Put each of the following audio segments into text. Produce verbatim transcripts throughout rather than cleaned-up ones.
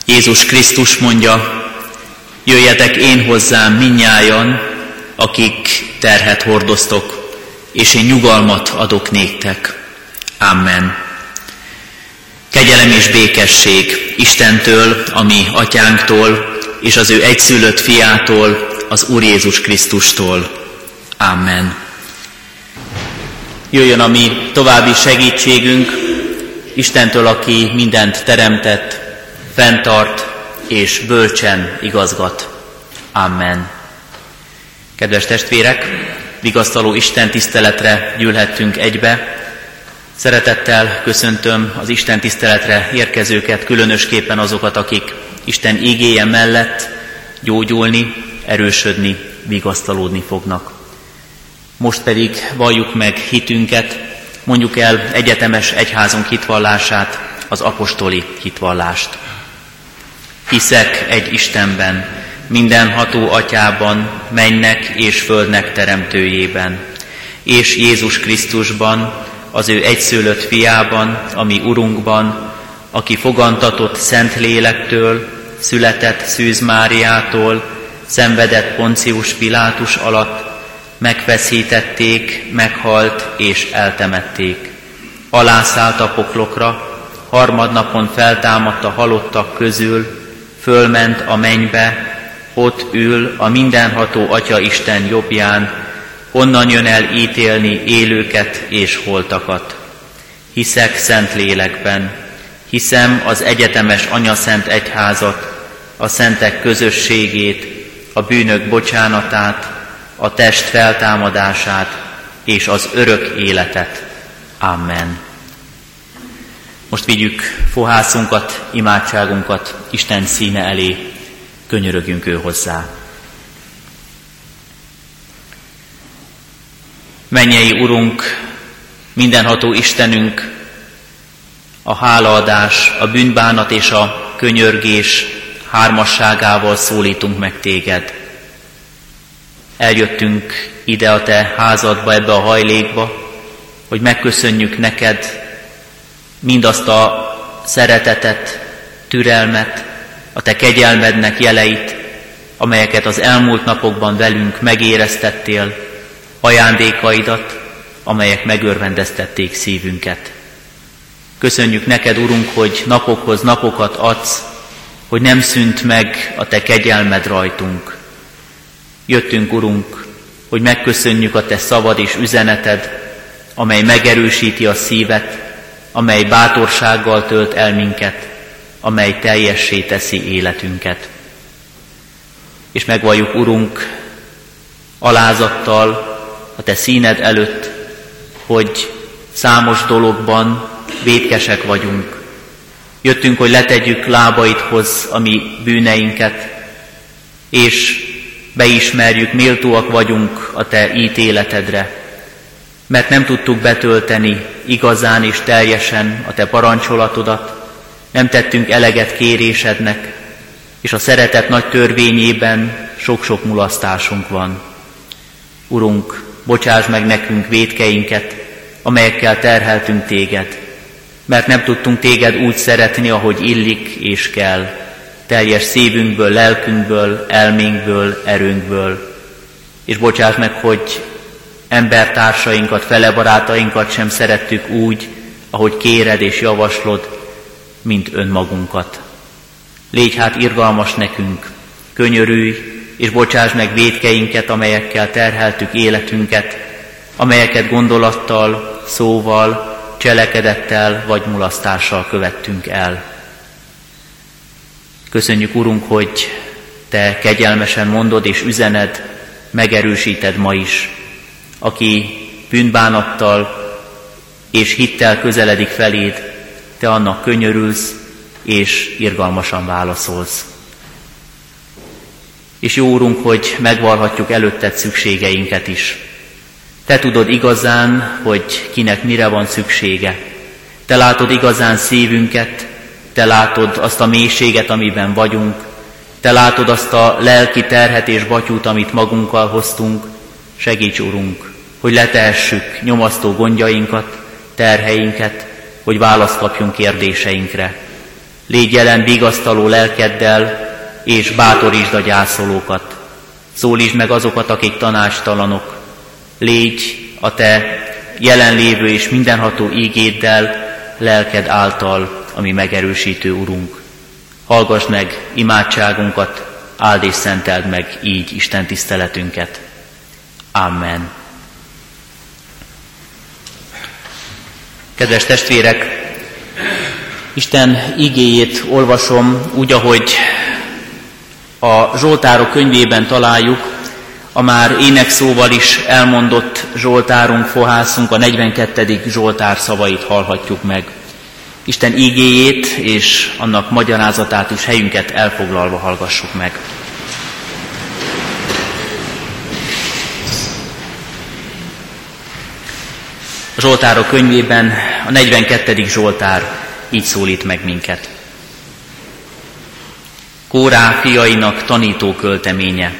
Jézus Krisztus mondja, jöjjetek én hozzám mindnyájan, akik terhet hordoztok, és én nyugalmat adok néktek. Amen. Kegyelem és békesség Istentől, a mi atyánktól, és az ő egyszülött fiától, az Úr Jézus Krisztustól. Amen. Jöjjön a mi további segítségünk Istentől, aki mindent teremtett, fenntart és bölcsen igazgat. Amen. Kedves testvérek, vigasztaló Isten tiszteletre gyűlhettünk egybe. Szeretettel köszöntöm az Isten tiszteletre érkezőket, különösképpen azokat, akik Isten ígéje mellett gyógyulni, erősödni, vigasztalódni fognak. Most pedig valljuk meg hitünket, mondjuk el egyetemes egyházunk hitvallását, az apostoli hitvallást. Hiszek egy Istenben, mindenható Atyában, mennek és földnek teremtőjében, és Jézus Krisztusban, az ő egyszülött fiában, a mi Urunkban, aki fogantatott Szent Lélektől, született Szűz Máriától, szenvedett Poncius Pilátus alatt, megfeszítették, meghalt és eltemették. Alászállt a poklokra, harmadnapon feltámadt a halottak közül, fölment a mennybe, ott ül a mindenható Atya Isten jobbján, onnan jön el ítélni élőket és holtakat. Hiszek Szent Lélekben, hiszem az egyetemes Anyaszent Egyházat, a szentek közösségét, a bűnök bocsánatát, a test feltámadását és az örök életet. Amen. Most vigyük fohászunkat, imádságunkat Isten színe elé, könyörögjünk ő hozzá. Mennyei Urunk, mindenható Istenünk, a hálaadás, a bűnbánat és a könyörgés hármasságával szólítunk meg Téged. Eljöttünk ide a Te házadba, ebbe a hajlékba, hogy megköszönjük neked mindazt a szeretetet, türelmet, a Te kegyelmednek jeleit, amelyeket az elmúlt napokban velünk megéreztettél, ajándékaidat, amelyek megörvendeztették szívünket. Köszönjük neked, Urunk, hogy napokhoz napokat adsz, hogy nem szűnt meg a Te kegyelmed rajtunk. Jöttünk, Urunk, hogy megköszönjük a Te szavad és üzeneted, amely megerősíti a szívet, amely bátorsággal tölt el minket, amely teljessé teszi életünket. És megvalljuk, Urunk, alázattal a Te színed előtt, hogy számos dologban vétkesek vagyunk. Jöttünk, hogy letegyük lábaidhoz a mi bűneinket, és beismerjük, méltóak vagyunk a Te ítéletedre, mert nem tudtuk betölteni igazán és teljesen a Te parancsolatodat, nem tettünk eleget kérésednek, és a szeretet nagy törvényében sok-sok mulasztásunk van. Urunk, bocsáss meg nekünk vétkeinket, amelyekkel terheltünk Téged, mert nem tudtunk Téged úgy szeretni, ahogy illik és kell, teljes szívünkből, lelkünkből, elménkből, erőnkből. És bocsáss meg, hogy embertársainkat, felebarátainkat sem szerettük úgy, ahogy kéred és javaslod, mint önmagunkat. Légy hát irgalmas nekünk, könyörülj, és bocsáss meg vétkeinket, amelyekkel terheltük életünket, amelyeket gondolattal, szóval, cselekedettel vagy mulasztással követtünk el. Köszönjük, Urunk, hogy Te kegyelmesen mondod és üzened, megerősíted ma is, aki bűnbánattal és hittel közeledik feléd, Te annak könyörülsz és irgalmasan válaszolsz. És jó, Urunk, hogy megvallhatjuk előtted szükségeinket is. Te tudod igazán, hogy kinek mire van szüksége. Te látod igazán szívünket, Te látod azt a mélységet, amiben vagyunk, Te látod azt a lelki terhet és batyút, amit magunkkal hoztunk. Segíts, Urunk, hogy letehessük nyomasztó gondjainkat, terheinket, hogy választ kapjunk kérdéseinkre. Légy jelen vigasztaló lelkeddel, és bátorítsd a gyászolókat. Szólítsd meg azokat, akik tanácstalanok. Légy a te jelenlévő és mindenható ígéddel, lelked által, ami megerősítő Urunk. Hallgass meg imádságunkat, áld és szenteld meg így Isten tiszteletünket. Amen. Kedves testvérek, Isten igéjét olvasom úgy, ahogy a Zsoltárok könyvében találjuk, a már énekszóval is elmondott zsoltárunk, fohászunk, a negyvenkettedik zsoltár szavait hallhatjuk meg. Isten igéjét és annak magyarázatát is helyünket elfoglalva hallgassuk meg. A Zsoltárok könyvében a negyvenkettedik zsoltár így szólít meg minket. Kórá fiainak tanító költeménye.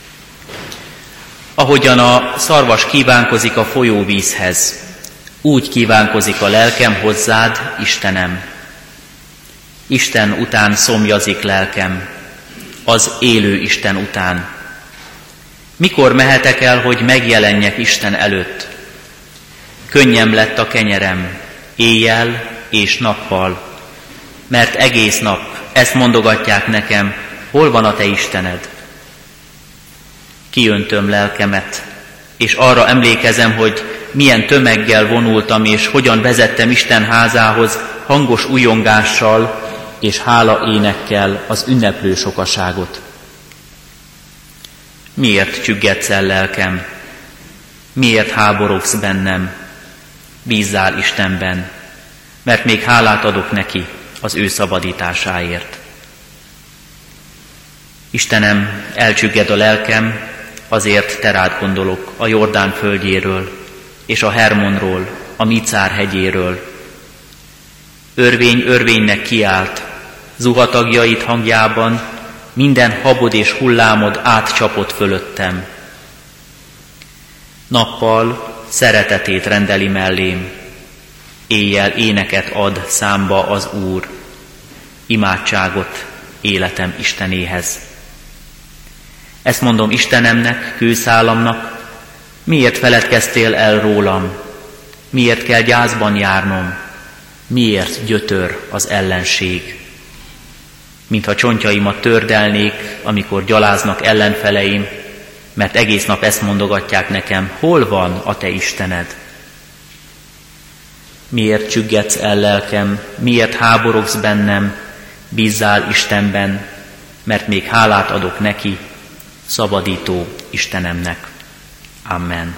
Ahogyan a szarvas kívánkozik a folyóvízhez, úgy kívánkozik a lelkem hozzád, Istenem. Isten után szomjazik lelkem, az élő Isten után. Mikor mehetek el, hogy megjelenjek Isten előtt? Könnyem lett a kenyerem, éjjel és nappal, mert egész nap ezt mondogatják nekem, hol van a te Istened? Kiöntöm lelkemet, és arra emlékezem, hogy milyen tömeggel vonultam, és hogyan vezettem Isten házához hangos ujjongással és hála énekkel az ünneplő sokaságot. Miért csüggedsz el, lelkem? Miért háborogsz bennem? Bízzál Istenben, mert még hálát adok neki az ő szabadításáért. Istenem, elcsügged a lelkem, azért te rád gondolok a Jordán földjéről, és a Hermonról, a Micár hegyéről. Örvény örvénynek kiált, zuhatagjait hangjában, minden habod és hullámod átcsapott fölöttem. Nappal szeretetét rendeli mellém, éjjel éneket ad számba az Úr, imádságot életem Istenéhez. Ezt mondom Istenemnek, kőszálamnak, miért feledkeztél el rólam, miért kell gyászban járnom, miért gyötör az ellenség. Mintha csontjaimat tördelnék, amikor gyaláznak ellenfeleim, mert egész nap ezt mondogatják nekem, hol van a te Istened? Miért csüggedsz el, lelkem, miért háborogsz bennem, bízzál Istenben, mert még hálát adok neki, szabadító Istenemnek. Amen.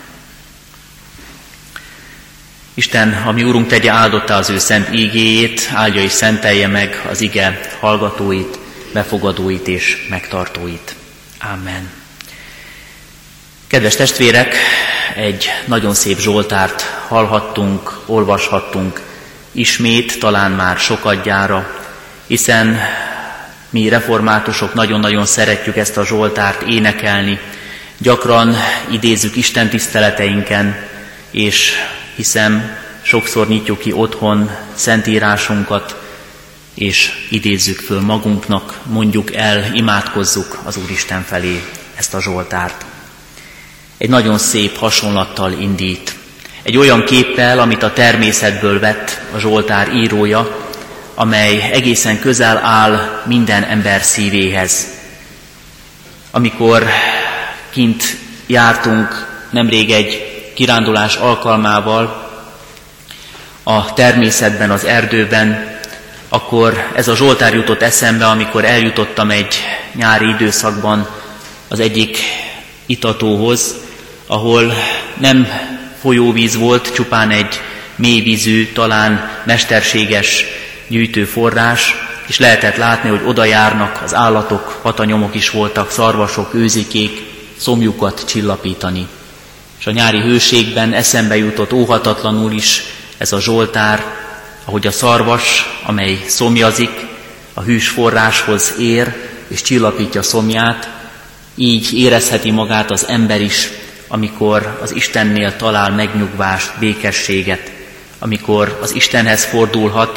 Isten, a mi Úrunk, tegye áldottá az ő szent ígéjét, áldja és szentelje meg az ige hallgatóit, befogadóit és megtartóit. Amen. Kedves testvérek, egy nagyon szép zsoltárt hallhattunk, olvashattunk ismét, talán már sokadjára, hiszen mi reformátusok nagyon-nagyon szeretjük ezt a zsoltárt énekelni, gyakran idézzük Isten tiszteleteinken, és hiszem sokszor nyitjuk ki otthon szentírásunkat, és idézzük föl magunknak, mondjuk el, imádkozzuk az Úristen felé ezt a zsoltárt. Egy nagyon szép hasonlattal indít. Egy olyan képpel, amit a természetből vett a zsoltár írója, amely egészen közel áll minden ember szívéhez. Amikor kint jártunk nemrég egy kirándulás alkalmával a természetben, az erdőben, akkor ez a zsoltár jutott eszembe, amikor eljutottam egy nyári időszakban az egyik itatóhoz, ahol nem folyóvíz volt, csupán egy mélyvízű, talán mesterséges gyűjtőforrás, és lehetett látni, hogy oda járnak az állatok, patanyomok is voltak, szarvasok, őzikék, szomjukat csillapítani. És a nyári hőségben eszembe jutott óhatatlanul is ez a zsoltár, ahogy a szarvas, amely szomjazik, a hűs forráshoz ér, és csillapítja szomját, így érezheti magát az ember is, amikor az Istennél talál megnyugvást, békességet, amikor az Istenhez fordulhat,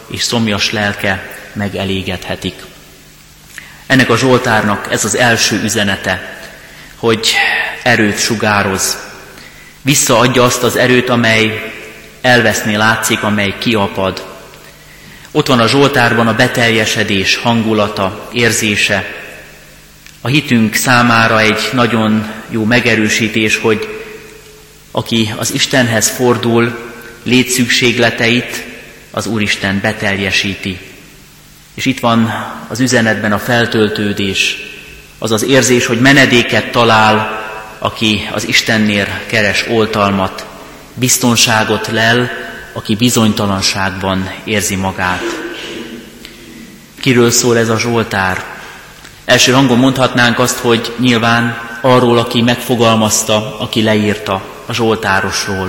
és szomjas lelke megelégedhetik. Ennek a Zsoltárnak ez az első üzenete, hogy erőt sugároz. Visszaadja azt az erőt, amely elveszni látszik, amely kiapad. Ott van a Zsoltárban a beteljesedés hangulata, érzése. A hitünk számára egy nagyon jó megerősítés, hogy aki az Istenhez fordul, létszükségleteit az Úristen beteljesíti. És itt van az üzenetben a feltöltődés, az az érzés, hogy menedéket talál, aki az Istennél keres oltalmat, biztonságot lel, aki bizonytalanságban érzi magát. Kiről szól ez a Zsoltár? Első hangon mondhatnánk azt, hogy nyilván arról, aki megfogalmazta, aki leírta, a Zsoltárosról.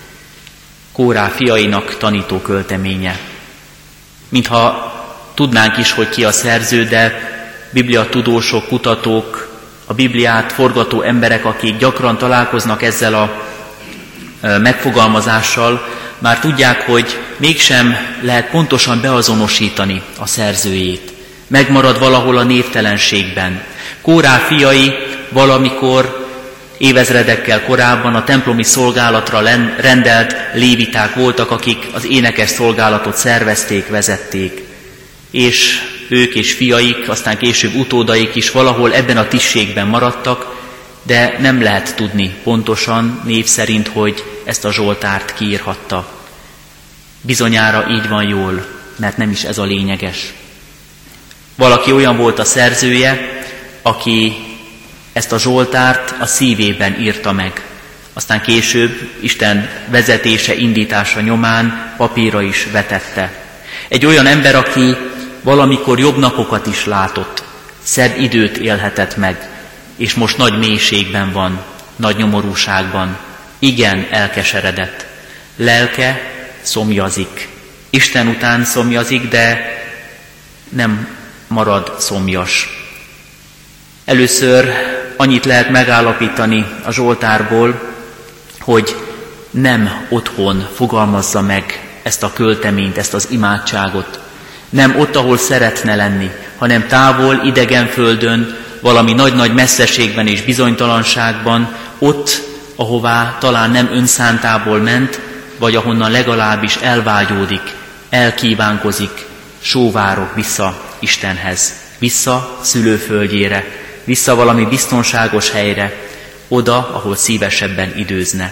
Kórá fiainak tanító költeménye. Mintha tudnánk is, hogy ki a szerző, de bibliatudósok, kutatók, a Bibliát forgató emberek, akik gyakran találkoznak ezzel a megfogalmazással, már tudják, hogy mégsem lehet pontosan beazonosítani a szerzőjét. Megmarad valahol a névtelenségben. Kórá fiai valamikor évezredekkel korábban a templomi szolgálatra rendelt léviták voltak, akik az énekes szolgálatot szervezték, vezették. És ők és fiaik, aztán később utódaik is valahol ebben a tisztségben maradtak, de nem lehet tudni pontosan név szerint, hogy ezt a Zsoltárt kiírhatta. Bizonyára így van jól, mert nem is ez a lényeges. Valaki olyan volt a szerzője, aki ezt a Zsoltárt a szívében írta meg. Aztán később Isten vezetése, indítása nyomán papírra is vetette. Egy olyan ember, aki valamikor jobb napokat is látott, szebb időt élhetett meg, és most nagy mélységben van, nagy nyomorúságban. Igen, elkeseredett. Lelke szomjazik. Isten után szomjazik, de nem marad szomjas. Először annyit lehet megállapítani a Zsoltárból, hogy nem otthon fogalmazza meg ezt a költeményt, ezt az imádságot. Nem ott, ahol szeretne lenni, hanem távol, idegen földön, valami nagy-nagy messzeségben és bizonytalanságban, ott, ahová talán nem önszántából ment, vagy ahonnan legalábbis elvágyódik, elkívánkozik, sóvárog vissza Istenhez, vissza szülőföldjére, vissza valami biztonságos helyre, oda, ahol szívesebben időzne.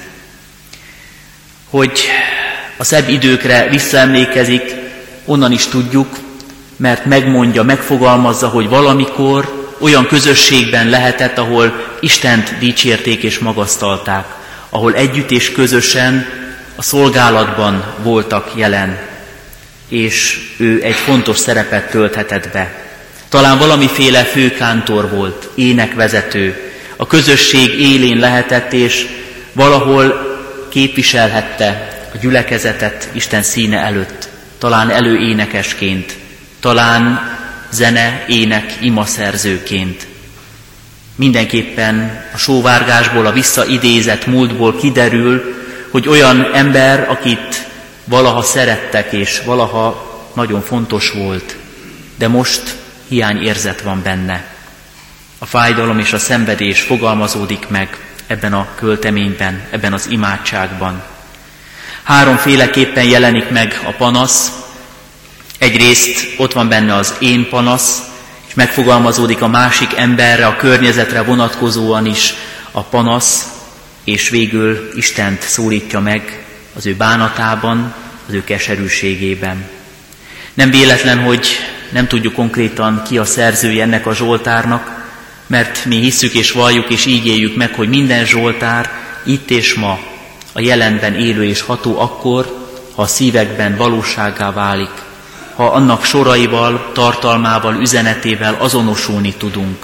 Hogy a szebb időkre visszaemlékezik, onnan is tudjuk, mert megmondja, megfogalmazza, hogy valamikor olyan közösségben lehetett, ahol Istent dicsérték és magasztalták, ahol együtt és közösen a szolgálatban voltak jelen, és ő egy fontos szerepet tölthetett be. Talán valamiféle főkántor volt, énekvezető, a közösség élén lehetett, és valahol képviselhette a gyülekezetet Isten színe előtt, talán előénekesként, talán zene, ének, imaszerzőként. Mindenképpen a sóvárgásból, a visszaidézett múltból kiderül, hogy olyan ember, akit valaha szerettek, és valaha nagyon fontos volt, de most hiányérzet van benne. A fájdalom és a szenvedés fogalmazódik meg ebben a költeményben, ebben az imádságban. Háromféleképpen jelenik meg a panasz. Egyrészt ott van benne az én panasz, és megfogalmazódik a másik emberre, a környezetre vonatkozóan is a panasz, és végül Istent szólítja meg az ő bánatában, az ő keserűségében. Nem véletlen, hogy nem tudjuk konkrétan ki a szerzője ennek a Zsoltárnak, mert mi hisszük és valljuk és így éljük meg, hogy minden Zsoltár itt és ma a jelenben élő és ható akkor, ha a szívekben valósággá válik, ha annak soraival, tartalmával, üzenetével azonosulni tudunk.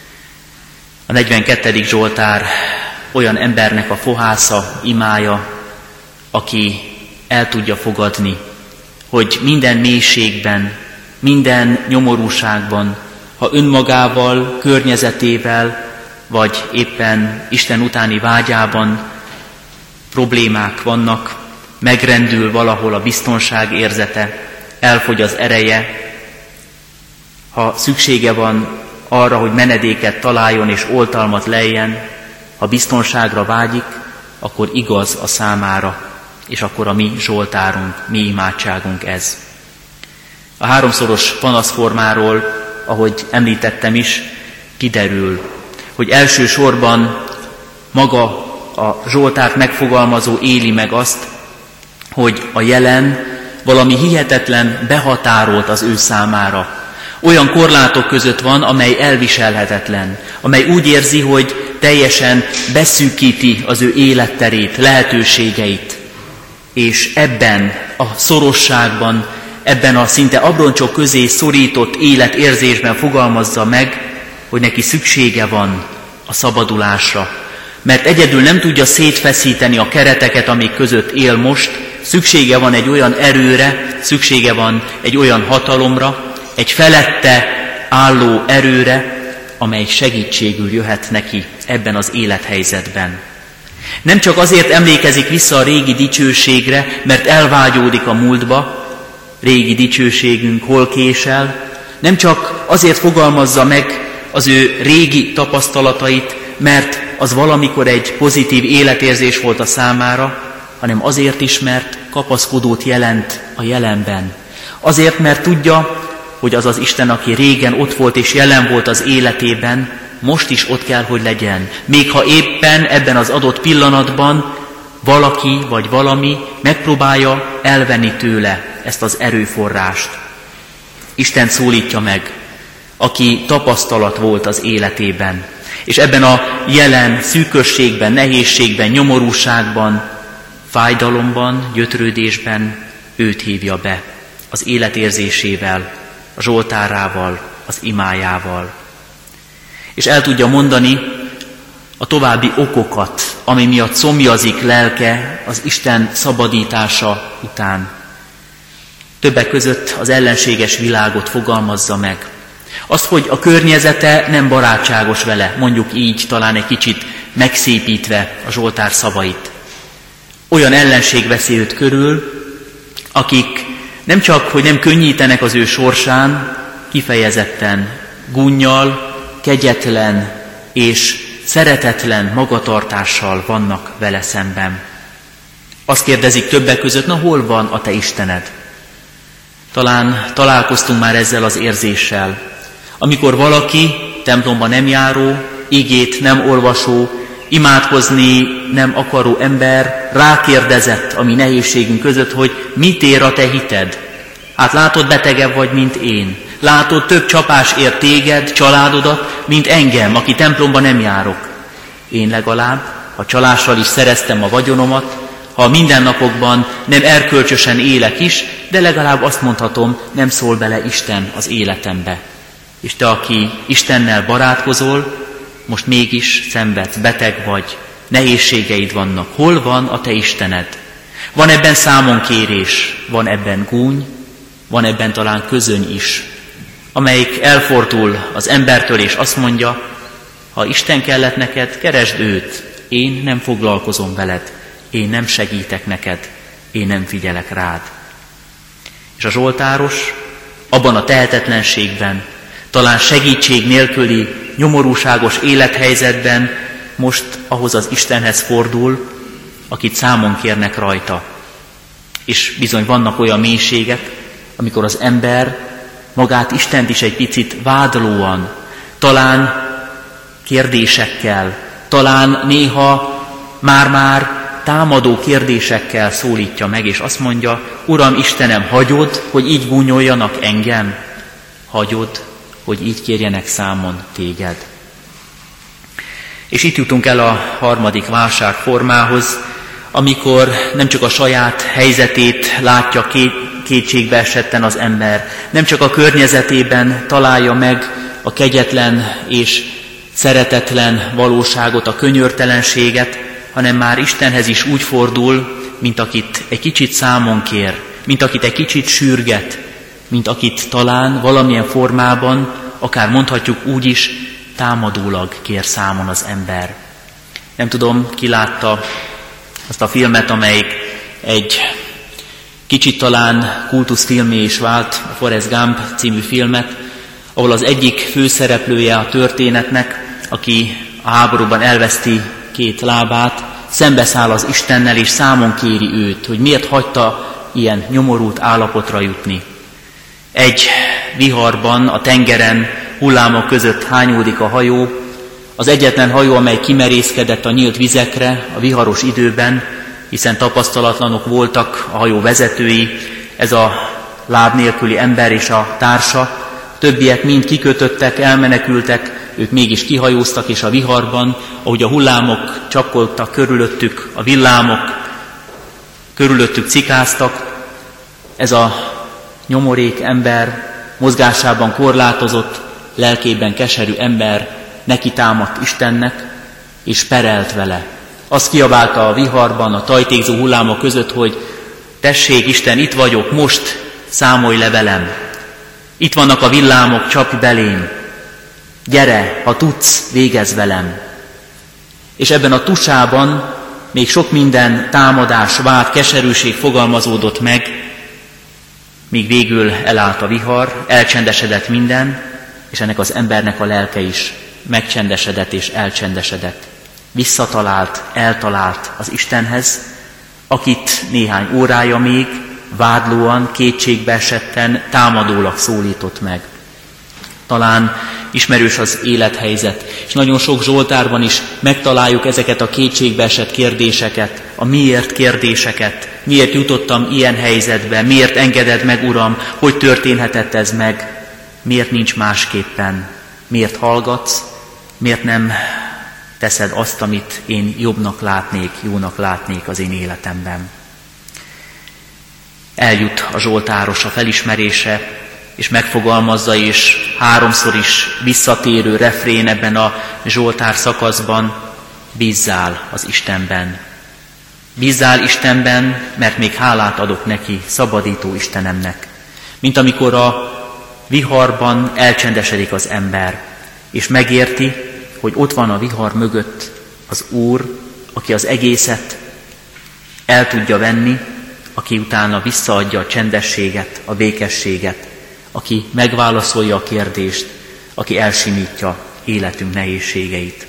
A negyvenkettedik Zsoltár olyan embernek a fohásza, imája, aki el tudja fogadni, hogy minden mélységben, minden nyomorúságban, ha önmagával, környezetével, vagy éppen Isten utáni vágyában problémák vannak, megrendül valahol a biztonság érzete, elfogy az ereje, ha szüksége van arra, hogy menedéket találjon és oltalmat lejjen, ha biztonságra vágyik, akkor igaz a számára, és akkor a mi zsoltárunk, mi imádságunk ez. A háromszoros panaszformáról, ahogy említettem is, kiderül, hogy elsősorban maga a zsoltárt megfogalmazó éli meg azt, hogy a jelen valami hihetetlen behatárolt az ő számára. Olyan korlátok között van, amely elviselhetetlen, amely úgy érzi, hogy teljesen beszűkíti az ő életterét, lehetőségeit. És ebben a szorosságban, ebben a szinte abroncsok közé szorított életérzésben fogalmazza meg, hogy neki szüksége van a szabadulásra. Mert egyedül nem tudja szétfeszíteni a kereteket, amik között él most, szüksége van egy olyan erőre, szüksége van egy olyan hatalomra, egy felette álló erőre, amely segítségül jöhet neki ebben az élethelyzetben. Nem csak azért emlékezik vissza a régi dicsőségre, mert elvágyódik a múltba, régi dicsőségünk hol késel, nem csak azért fogalmazza meg az ő régi tapasztalatait, mert az valamikor egy pozitív életérzés volt a számára, hanem azért is, mert kapaszkodót jelent a jelenben. Azért, mert tudja, hogy az az Isten, aki régen ott volt és jelen volt az életében, most is ott kell, hogy legyen. Még ha éppen ebben az adott pillanatban valaki vagy valami megpróbálja elvenni tőle ezt az erőforrást. Isten szólítja meg, aki tapasztalat volt az életében, és ebben a jelen szűkösségben, nehézségben, nyomorúságban, fájdalomban, gyötrődésben őt hívja be az életérzésével, a zsoltárával, az imájával. És el tudja mondani a további okokat, ami miatt szomjazik lelke az Isten szabadítása után. Többek között az ellenséges világot fogalmazza meg. Azt, hogy a környezete nem barátságos vele, mondjuk így, talán egy kicsit megszépítve a zsoltár szavait. Olyan ellenség veszi őt körül, akik nem csak, hogy nem könnyítenek az ő sorsán, kifejezetten gunnyal, kegyetlen és szeretetlen magatartással vannak vele szemben. Azt kérdezik többek között, na hol van a te Istened? Talán találkoztunk már ezzel az érzéssel. Amikor valaki, templomba nem járó, igét nem olvasó, imádkozni nem akaró ember rákérdezett a mi nehézségünk között, hogy mit ér a te hited? Hát látod, betegebb vagy, mint én. Látod, több csapás ér téged, családodat, mint engem, aki templomba nem járok. Én legalább, ha csalással is szereztem a vagyonomat, ha mindennapokban nem erkölcsösen élek is, de legalább azt mondhatom, nem szól bele Isten az életembe. És te, aki Istennel barátkozol, most mégis szenvedsz, beteg vagy, nehézségeid vannak. Hol van a te Istened? Van ebben számonkérés, van ebben gúny, van ebben talán közöny is, amelyik elfordul az embertől és azt mondja, ha Isten kellett neked, keresd őt, én nem foglalkozom veled, én nem segítek neked, én nem figyelek rád. És a zsoltáros abban a tehetetlenségben, talán segítség nélküli, nyomorúságos élethelyzetben most ahhoz az Istenhez fordul, akit számon kérnek rajta. És bizony vannak olyan mélységek, amikor az ember magát Istent is egy picit vádlóan, talán kérdésekkel, talán néha már-már támadó kérdésekkel szólítja meg, és azt mondja, Uram, Istenem, hagyod, hogy így gúnyoljanak engem? Hagyod, hogy így kérjenek számon téged. És itt jutunk el a harmadik válságformához, amikor nem csak a saját helyzetét látja kétségbe esetten az ember, nem csak a környezetében találja meg a kegyetlen és szeretetlen valóságot, a könyörtelenséget, hanem már Istenhez is úgy fordul, mint akit egy kicsit számon kér, mint akit egy kicsit sürget, mint akit talán valamilyen formában, akár mondhatjuk úgy is, támadólag kér számon az ember. Nem tudom, ki látta azt a filmet, amelyik egy Kicsit talán kultuszfilmé is vált a Forrest Gump című filmet, ahol az egyik főszereplője a történetnek, aki a háborúban elveszti két lábát, szembeszáll az Istennel és számon kéri őt, hogy miért hagyta ilyen nyomorult állapotra jutni. Egy viharban, a tengeren, hullámok között hányódik a hajó, az egyetlen hajó, amely kimerészkedett a nyílt vizekre a viharos időben, hiszen tapasztalatlanok voltak a hajó vezetői, ez a láb nélküli ember és a társa. Többiek mind kikötöttek, elmenekültek, ők mégis kihajóztak, és a viharban, ahogy a hullámok csapkoltak körülöttük, a villámok körülöttük cikáztak, ez a nyomorék ember, mozgásában korlátozott, lelkében keserű ember neki támadt Istennek, és perelt vele. Azt kiabálta a viharban, a tajtékzó hullámok között, hogy tessék Isten, itt vagyok, most számolj le velem. Itt vannak a villámok, csapj belém. Gyere, ha tudsz, végezz velem. És ebben a tusában még sok minden támadás, vád, keserűség fogalmazódott meg, míg végül elállt a vihar, elcsendesedett minden, és ennek az embernek a lelke is megcsendesedett és elcsendesedett. Visszatalált, eltalált az Istenhez, akit néhány órája még vádlóan, kétségbeesetten, támadólag szólított meg. Talán ismerős az élethelyzet, és nagyon sok zsoltárban is megtaláljuk ezeket a kétségbeesett kérdéseket, a miért kérdéseket. Miért jutottam ilyen helyzetbe, miért engeded meg, Uram, hogy történhetett ez meg, miért nincs másképpen, miért hallgatsz, miért nem teszed azt, amit én jobbnak látnék, jónak látnék az én életemben. Eljut a zsoltáros a felismerése, és megfogalmazza, és háromszor is visszatérő refrén ebben a zsoltár szakaszban: bízzál az Istenben. Bízzál Istenben, mert még hálát adok neki, szabadító Istenemnek. Mint amikor a viharban elcsendesedik az ember, és megérti, hogy ott van a vihar mögött az Úr, aki az egészet el tudja venni, aki utána visszaadja a csendességet, a békességet, aki megválaszolja a kérdést, aki elsimítja életünk nehézségeit.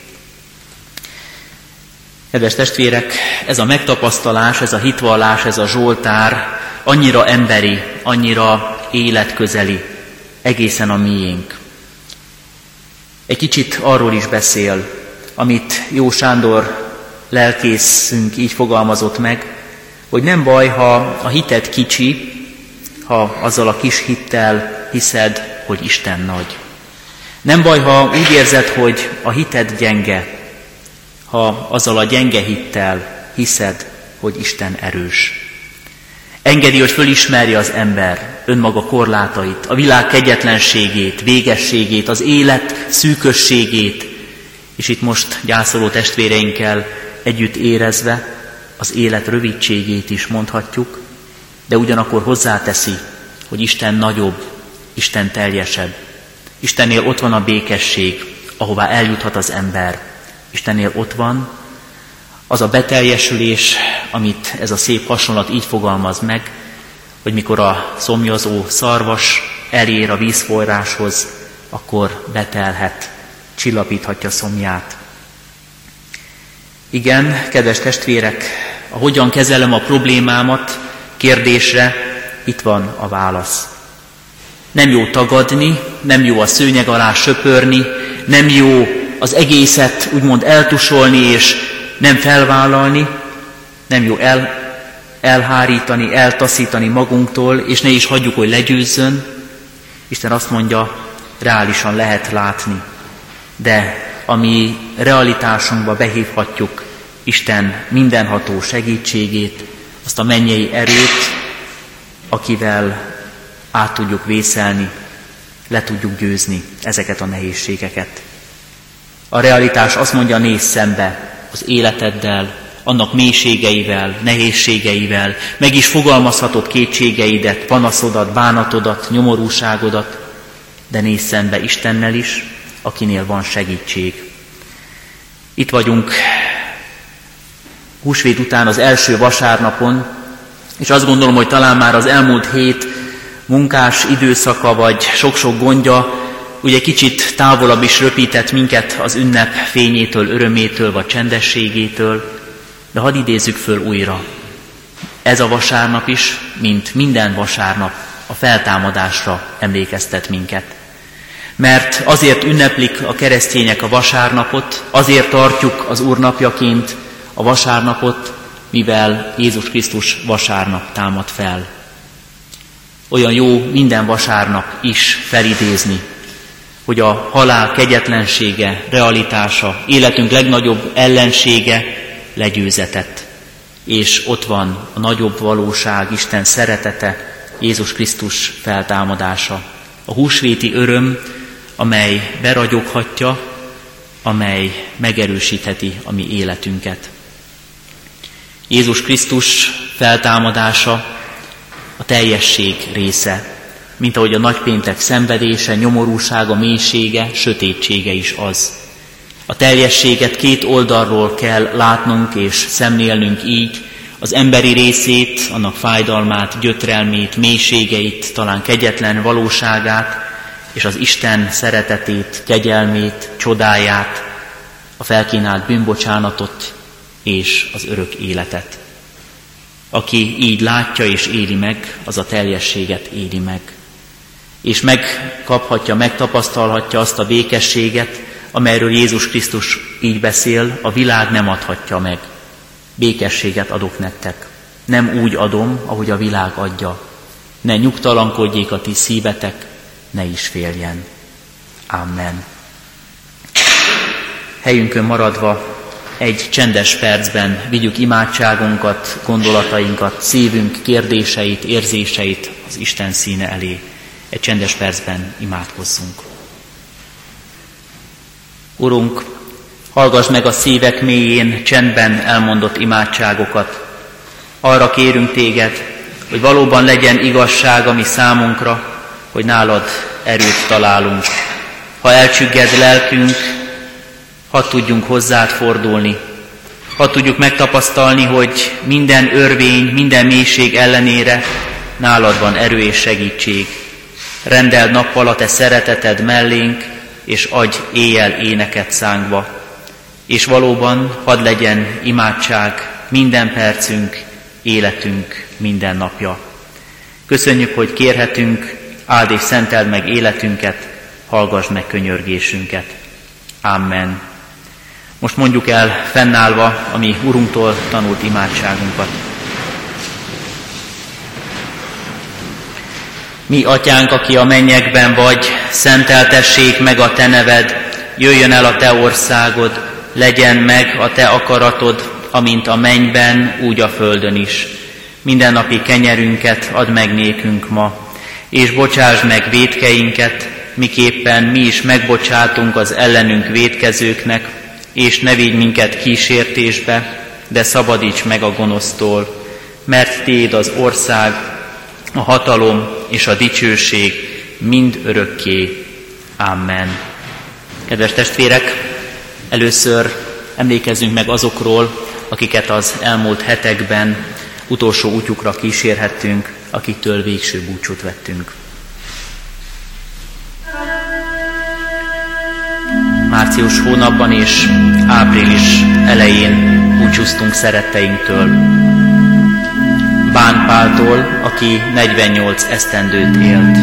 Kedves testvérek, ez a megtapasztalás, ez a hitvallás, ez a zsoltár annyira emberi, annyira életközeli, egészen a miénk. Egy kicsit arról is beszél, amit Jó Sándor lelkészünk így fogalmazott meg, hogy nem baj, ha a hited kicsi, ha azzal a kis hittel hiszed, hogy Isten nagy. Nem baj, ha úgy érzed, hogy a hited gyenge, ha azzal a gyenge hittel hiszed, hogy Isten erős. Engedi, hogy fölismerje az ember önmaga korlátait, a világ kegyetlenségét, végességét, az élet szűkösségét, és itt most gyászoló testvéreinkkel együtt érezve az élet rövidségét is mondhatjuk, de ugyanakkor hozzáteszi, hogy Isten nagyobb, Isten teljesebb. Istennél ott van a békesség, ahová eljuthat az ember. Istennél ott van az a beteljesülés, amit ez a szép hasonlat így fogalmaz meg, hogy mikor a szomjazó szarvas elér a vízforráshoz, akkor betelhet, csillapíthatja szomját. Igen, kedves testvérek, a hogyan kezelem a problémámat kérdésre, itt van a válasz. Nem jó tagadni, nem jó a szőnyeg alá söpörni, nem jó az egészet úgymond eltusolni és nem felvállalni, nem jó el, elhárítani, eltaszítani magunktól, és ne is hagyjuk, hogy legyőzzön. Isten azt mondja, reálisan lehet látni, de ami realitásunkba behívhatjuk Isten mindenható segítségét, azt a mennyei erőt, akivel át tudjuk vészelni, le tudjuk győzni ezeket a nehézségeket. A realitás azt mondja, nézz szembe az életeddel, annak mélységeivel, nehézségeivel, meg is fogalmazhatod kétségeidet, panaszodat, bánatodat, nyomorúságodat, de nézz szembe Istennel is, akinél van segítség. Itt vagyunk húsvét után az első vasárnapon, És azt gondolom, hogy talán már az elmúlt hét munkás időszaka, vagy sok-sok gondja, ugye kicsit távolabb is röpített minket az ünnep fényétől, örömétől, vagy csendességétől, de hadd idézzük föl újra. Ez a vasárnap is, mint minden vasárnap, a feltámadásra emlékeztet minket. Mert azért ünneplik a keresztények a vasárnapot, azért tartjuk az Úr napjaként a vasárnapot, mivel Jézus Krisztus vasárnap támad fel. Olyan jó minden vasárnap is felidézni, hogy a halál kegyetlensége, realitása, életünk legnagyobb ellensége legyőzetett. És ott van a nagyobb valóság, Isten szeretete, Jézus Krisztus feltámadása. A húsvéti öröm, amely beragyoghatja, amely megerősítheti a mi életünket. Jézus Krisztus feltámadása a teljesség része, mint ahogy a nagypéntek szenvedése, nyomorúsága, mélysége, sötétsége is az. A teljességet két oldalról kell látnunk és szemlélnünk így, az emberi részét, annak fájdalmát, gyötrelmét, mélységeit, talán kegyetlen valóságát, és az Isten szeretetét, kegyelmét, csodáját, a felkínált bűnbocsánatot és az örök életet. Aki így látja és éli meg, az a teljességet éli meg. És megkaphatja, megtapasztalhatja azt a békességet, amelyről Jézus Krisztus így beszél, a világ nem adhatja meg. Békességet adok nektek. Nem úgy adom, ahogy a világ adja. Ne nyugtalankodjék a ti szívetek, ne is féljen. Amen. Helyünkön maradva egy csendes percben vigyük imádságunkat, gondolatainkat, szívünk kérdéseit, érzéseit az Isten színe elé. Egy csendes percben imádkozzunk. Urunk, hallgass meg a szívek mélyén csendben elmondott imádságokat. Arra kérünk téged, hogy valóban legyen igazság a mi számunkra, hogy nálad erőt találunk. Ha elcsügged lelkünk, hadd tudjunk hozzád fordulni. Hadd tudjuk megtapasztalni, hogy minden örvény, minden mélység ellenére nálad van erő és segítség. Rendeld nappal a te szereteted mellénk, és adj éjjel éneket szánkba. És valóban hadd legyen imádság minden percünk, életünk minden napja. Köszönjük, hogy kérhetünk, áld és szenteld meg életünket, hallgass meg könyörgésünket. Amen. Most mondjuk el fennállva a mi Urunktól tanult imádságunkat. Mi atyánk, aki a mennyekben vagy, szenteltessék meg a te neved, jöjjön el a te országod, legyen meg a te akaratod, amint a mennyben, úgy a földön is. Mindennapi kenyerünket add meg nékünk ma, és bocsásd meg vétkeinket, miképpen mi is megbocsátunk az ellenünk vétkezőknek, és ne vigy minket kísértésbe, de szabadíts meg a gonosztól, mert tiéd az ország, a hatalom és a dicsőség mind örökké. Amen. Kedves testvérek, először emlékezzünk meg azokról, akiket az elmúlt hetekben utolsó útjukra kísérhettünk, akiktől végső búcsút vettünk. Március hónapban és április elején búcsúztunk szeretteinktől. Bán Páltól, aki negyvennyolc esztendőt élt.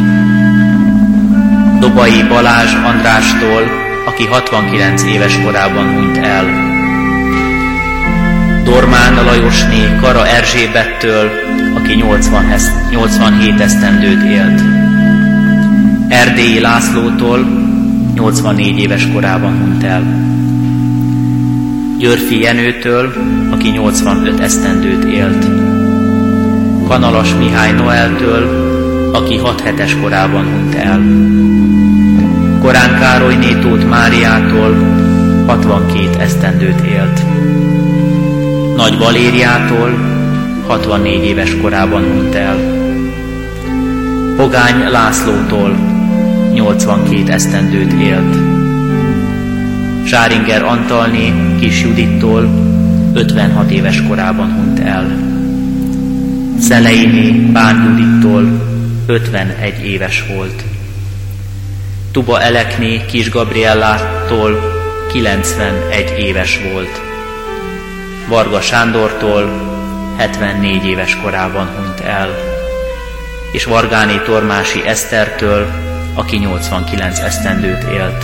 Dobai Balázs Andrástól, aki hatvankilenc éves korában hunyt el. Dormán Lajosné Kara Erzsébettől, aki nyolcvanhét esztendőt élt. Erdélyi Lászlótól nyolcvannégy éves korában hunyt el. Györfi Jenőtől, aki nyolcvanöt esztendőt élt. Kanalas Mihály Noeltől, aki hat hetes korában hunyt el. Korán Károlyné Tóth Máriától hatvankét esztendőt élt. Nagy Valériától hatvannégy éves korában hunyt el. Pogány Lászlótól nyolcvankét esztendőt élt. Sáringer Antalné Kis Judittól ötvenhat éves korában hunyt el. Szeleiné Bán Judittól ötvenegy éves volt. Tuba Elekné Kis Gabriellától kilencvenegy éves volt. Varga Sándortól hetvennégy éves korában hunyt el, és Vargáné Tormási Esztertől, aki nyolcvankilenc esztendőt élt.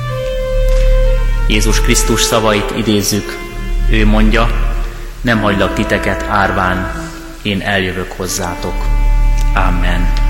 Jézus Krisztus szavait idézzük, ő mondja, nem hagylak titeket árván, én eljövök hozzátok. Amen.